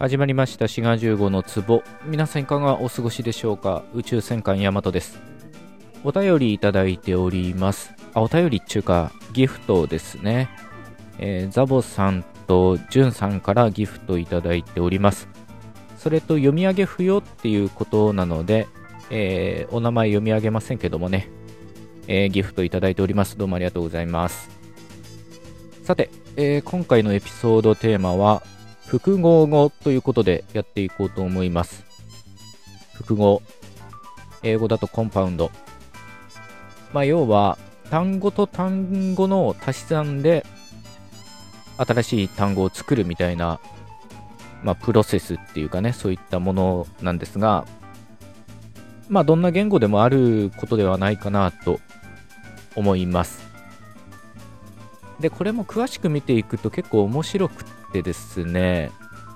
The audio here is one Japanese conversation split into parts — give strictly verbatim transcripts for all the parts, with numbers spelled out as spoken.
始まりましたしがじゅうごの壺。皆さんいかがお過ごしでしょうか。宇宙戦艦ヤマトです。お便りいただいております。あ、お便りっていうかギフトですね。えー、ザボさんとジュンさんからギフトいただいております。それと読み上げ不要っていうことなので、えー、お名前読み上げませんけどもね、えー、ギフトいただいております。どうもありがとうございます。さて、えー、今回のエピソードテーマは複合語ということでやっていこうと思います。複合、英語だとコンパウンド。まあ要は単語と単語の足し算で新しい単語を作るみたいな、まあプロセスっていうかね、そういったものなんですが、まあどんな言語でもあることではないかなと思います。で、これも詳しく見ていくと結構面白くてですね、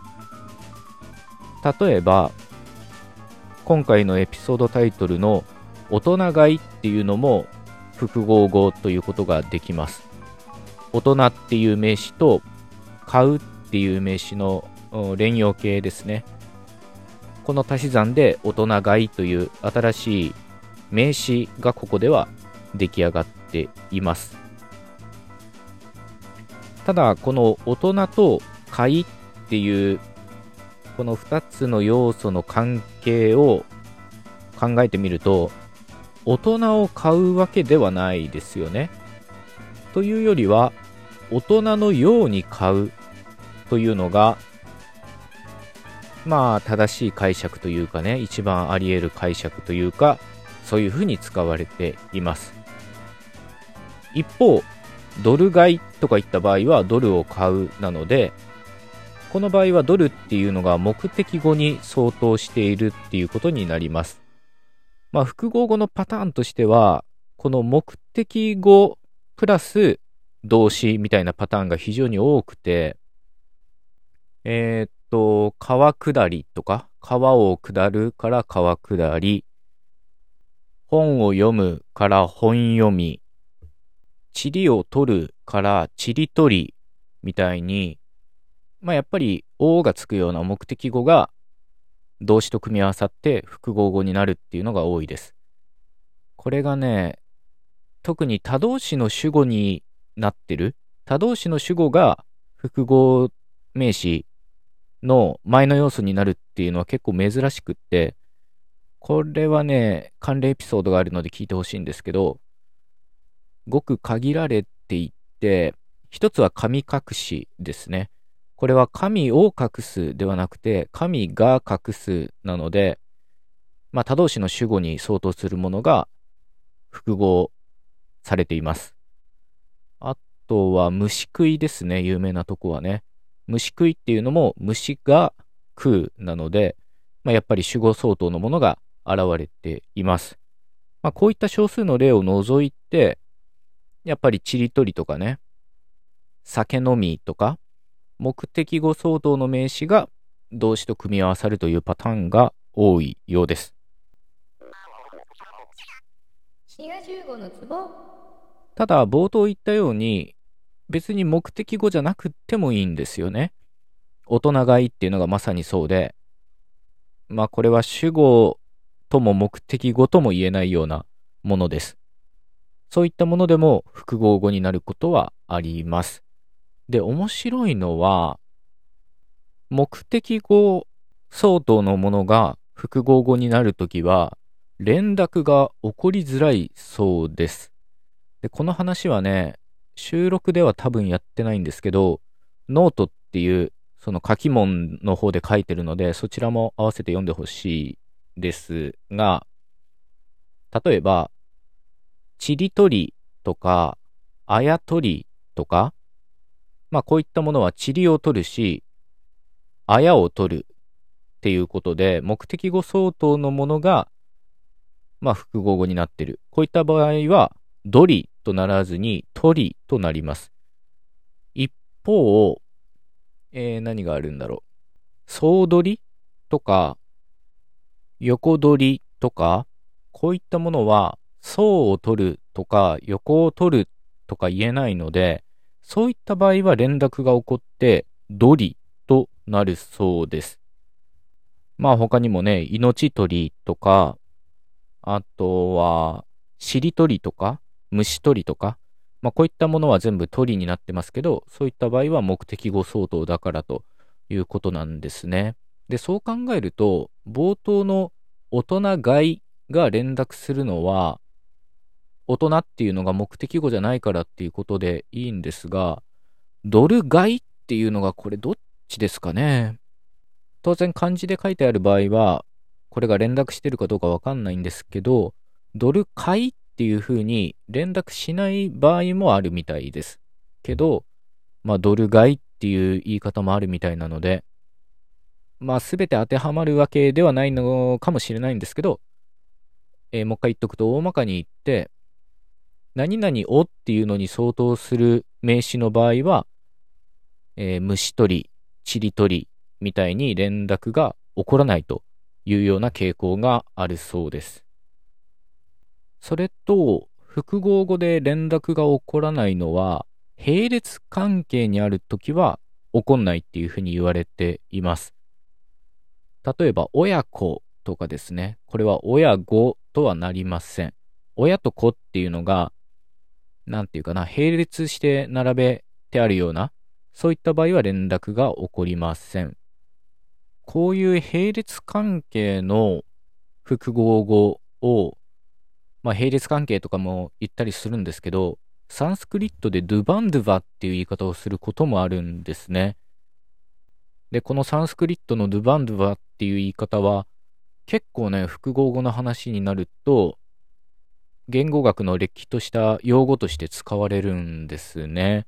例えば今回のエピソードタイトルの大人買いっていうのも複合語ということができます。大人っていう名詞と買うっていう名詞の連用形ですね。この足し算で大人買いという新しい名詞がここでは出来上がっています。ただこの大人と買いっていうこのふたつの要素の関係を考えてみると、大人を買うわけではないですよね。というよりは大人のように買うというのがまあ正しい解釈というかね、一番あり得る解釈というか、そういうふうに使われています。一方ドル買いとかいった場合はドルを買うなので、この場合はドルっていうのが目的語に相当しているっていうことになります。まあ複合語のパターンとしてはこの目的語プラス動詞みたいなパターンが非常に多くて、えー、っと川下りとか川を下るから川下り、本を読むから本読み、塵を取るから塵取りみたいに、まあやっぱり「お」がつくような目的語が動詞と組み合わさって複合語になるっていうのが多いです。これがね、特に他動詞の主語になってる、他動詞の主語が複合名詞の前の要素になるっていうのは結構珍しくって、これはね関連エピソードがあるので聞いてほしいんですけど、ごく限られていて、一つは神隠しですね。これは神を隠すではなくて神が隠すなので、まあ他動詞の主語に相当するものが複合されています。あとは虫食いですね。有名なとこはね、虫食いっていうのも虫が食うなので、まあ、やっぱり主語相当のものが現れています。まあ、こういった少数の例を除いて、やっぱりちりとりとかね、酒飲みとか目的語相当の名詞が動詞と組み合わさるというパターンが多いようです。ただ冒頭言ったように別に目的語じゃなくてもいいんですよね。大人買いっていうのがまさにそうで、まあこれは主語とも目的語とも言えないようなものです。そういったものでも複合語になることはあります。で、面白いのは目的語相当のものが複合語になるときは連絡が起こりづらいそうです。で、この話はね、収録では多分やってないんですけど、ノートっていうその書き問の方で書いてるので、そちらも合わせて読んでほしいですが、例えばちりとりとかあやとりとか、まあこういったものはちりを取るしあやを取るっていうことで、目的語相当のものがまあ複合語になっている。こういった場合はどりとならずにとりとなります。一方、えー、何があるんだろう。総取りとか横取りとか、こういったものは総を取るとか横を取るとか言えないので、そういった場合は連絡が起こってドリとなるそうです。まあ他にもね、命取りとか、あとは、しりとりとか、虫取りとか、まあこういったものは全部取りになってますけど、そういった場合は目的語相当だからということなんですね。で、そう考えると、冒頭の大人買いが連絡するのは、大人っていうのが目的語じゃないからっていうことでいいんですが、ドル買いっていうのがこれどっちですかね。当然漢字で書いてある場合は、これが連絡してるかどうかわかんないんですけど、ドル買いっていう風に連絡しない場合もあるみたいです。けど、まあドル買いっていう言い方もあるみたいなので、まあすべて当てはまるわけではないのかもしれないんですけど、えーもう一回言っとくと大まかに言って、何々をっていうのに相当する名詞の場合は、えー虫取り、ちり取りみたいに連絡が起こらないというような傾向があるそうです。それと、複合語で連絡が起こらないのは、並列関係にあるときは起こんないっていうふうに言われています。例えば、親子とかですね。これは親子とはなりません。親と子っていうのが、なんていうかな、並列して並べてあるような、そういった場合は連絡が起こりません。こういう並列関係の複合語を、まあ、並列関係とかも言ったりするんですけど、サンスクリットでドゥバンドゥバっていう言い方をすることもあるんですね。で、このサンスクリットのドゥバンドゥバっていう言い方は、結構ね、複合語の話になると、言語学のれっきとした用語として使われるんですね。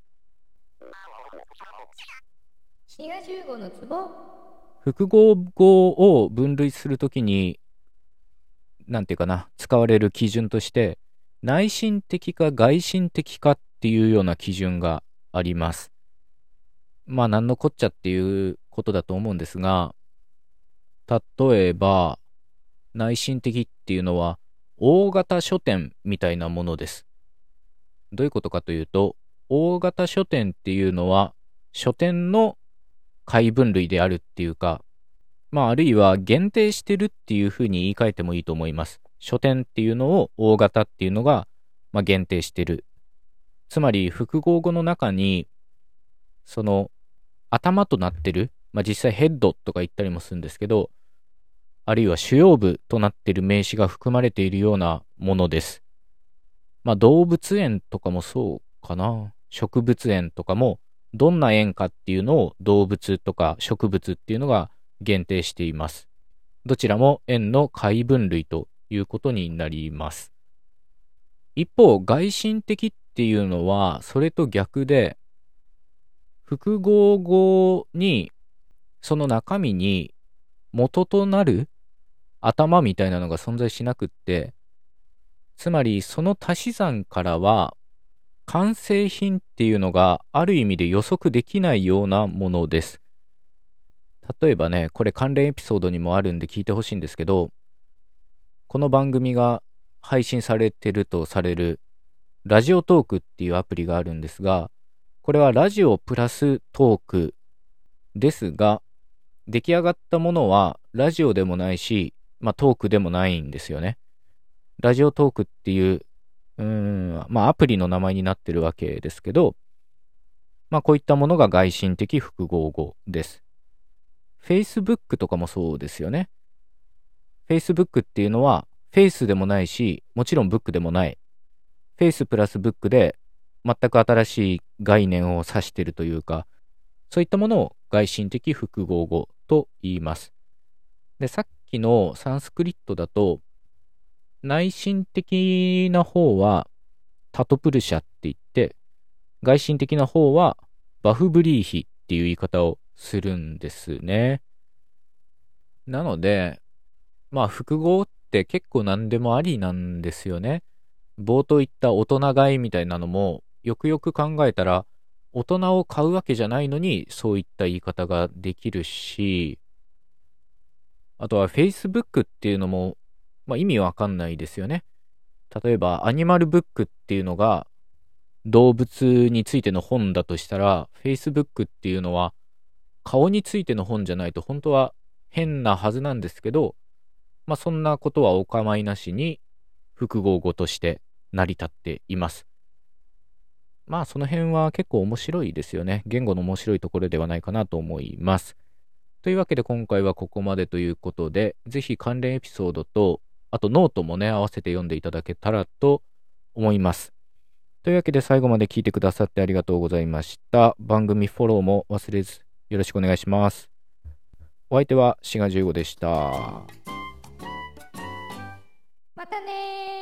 滋賀じゅうごのツボ。 複合語を分類するときに、なんていうかな、使われる基準として、内心的か外心的かっていうような基準があります。まあ、なんのこっちゃっていうことだと思うんですが、例えば、内心的っていうのは、大型書店みたいなものです。どういうことかというと、大型書店っていうのは、書店の解分類であるっていうか、まあ、あるいは限定してるっていうふうに言い換えてもいいと思います。書店っていうのを大型っていうのが、まあ、限定してる。つまり、複合語の中に、その、頭となってる、まあ、実際ヘッドとか言ったりもするんですけど、あるいは主要部となっている名詞が含まれているようなものです。まあ、動物園とかもそうかな。植物園とかも、どんな園かっていうのを動物とか植物っていうのが限定しています。どちらも園の解分類ということになります。一方、外心的っていうのは、それと逆で、複合語に、その中身に元となる頭みたいなのが存在しなくって、つまりその足し算からは完成品っていうのがある意味で予測できないようなものです。例えばね、これ関連エピソードにもあるんで聞いてほしいんですけど、この番組が配信されてるとされるラジオトークっていうアプリがあるんですが、これはラジオプラストークですが、出来上がったものはラジオでもないし、まあトークでもないんですよね。ラジオトークっていう、うーん、まあアプリの名前になってるわけですけど、まあこういったものが外心的複合語です。Facebook とかもそうですよね。Facebook っていうのは、フェイスでもないし、もちろんブックでもない。フェイスプラスブックで全く新しい概念を指しているというか、そういったものを外心的複合語と言います。で、さっきのサンスクリットだと、内心的な方はタトプルシャって言って、外心的な方はバフブリーヒっていう言い方をするんですね。なので、まあ複合って結構何でもありなんですよね。冒頭言った大人買いみたいなのも、よくよく考えたら、大人を買うわけじゃないのに、そういった言い方ができるし、あとは Facebook っていうのも、まあ意味わかんないですよね。例えば、アニマルブックっていうのが、動物についての本だとしたら、Facebook っていうのは、 顔についての本じゃないと本当は変なはずなんですけど、まあそんなことはお構いなしに複合語として成り立っています。まあその辺は結構面白いですよね。言語の面白いところではないかなと思います。というわけで今回はここまでということで、ぜひ関連エピソードと、あとノートもね、合わせて読んでいただけたらと思います。というわけで最後まで聞いてくださってありがとうございました。番組フォローも忘れずよろしくお願いします。お相手はしがじゅうごでした。 またねー。